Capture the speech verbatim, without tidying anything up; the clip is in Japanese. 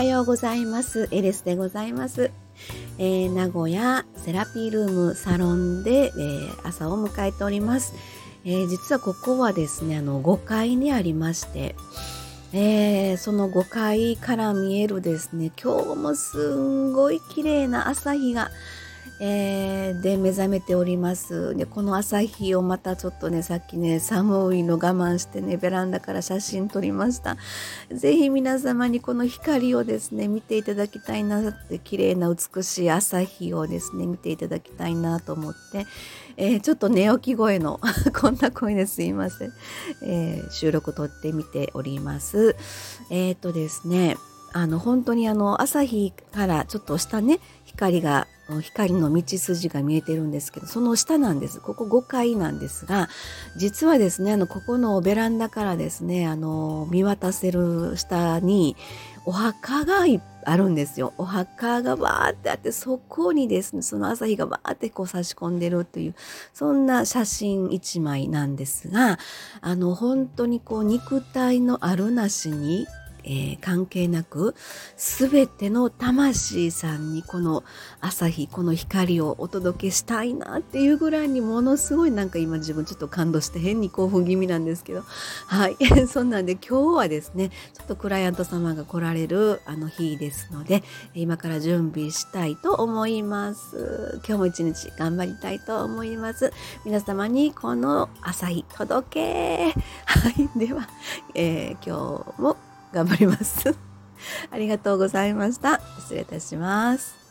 ようございます。エレスでございます。えー、名古屋セラピールームサロンで、えー、朝を迎えております。えー、実はここはですね、あのごかいにありまして、えー、そのごかいから見えるですね、今日もすんごい綺麗な朝日がえー、で目覚めております。でこの朝日をまたちょっとね、さっきね寒いの我慢してね、ベランダから写真撮りました。ぜひ皆様にこの光をですね見ていただきたいなって、綺麗な美しい朝日をですね見ていただきたいなと思って、えー、ちょっと寝起き声のこんな声ですいません、えー、収録撮ってみております。えー、っとですねあの本当にあの朝日からちょっと下ね、光が光の道筋が見えてるんですけど、その下なんです。ここごかいなんですが、実はですね、あのここのベランダからですね、あの見渡せる下にお墓があるんですよ。お墓がバーってあって、そこにですね、その朝日がバーってこう差し込んでるという、そんな写真一枚なんですが、あの本当にこう肉体のあるなしにえー、関係なく、すべての魂さんにこの朝日、この光をお届けしたいなっていうぐらいに、ものすごいなんか今自分ちょっと感動して変に興奮気味なんですけど、はいそんなんで今日はですね、ちょっとクライアント様が来られるあの日ですので、今から準備したいと思います。今日も一日頑張りたいと思います。皆様にこの朝日届けはいでは、えー、今日も頑張りますありがとうございました。失礼いたします。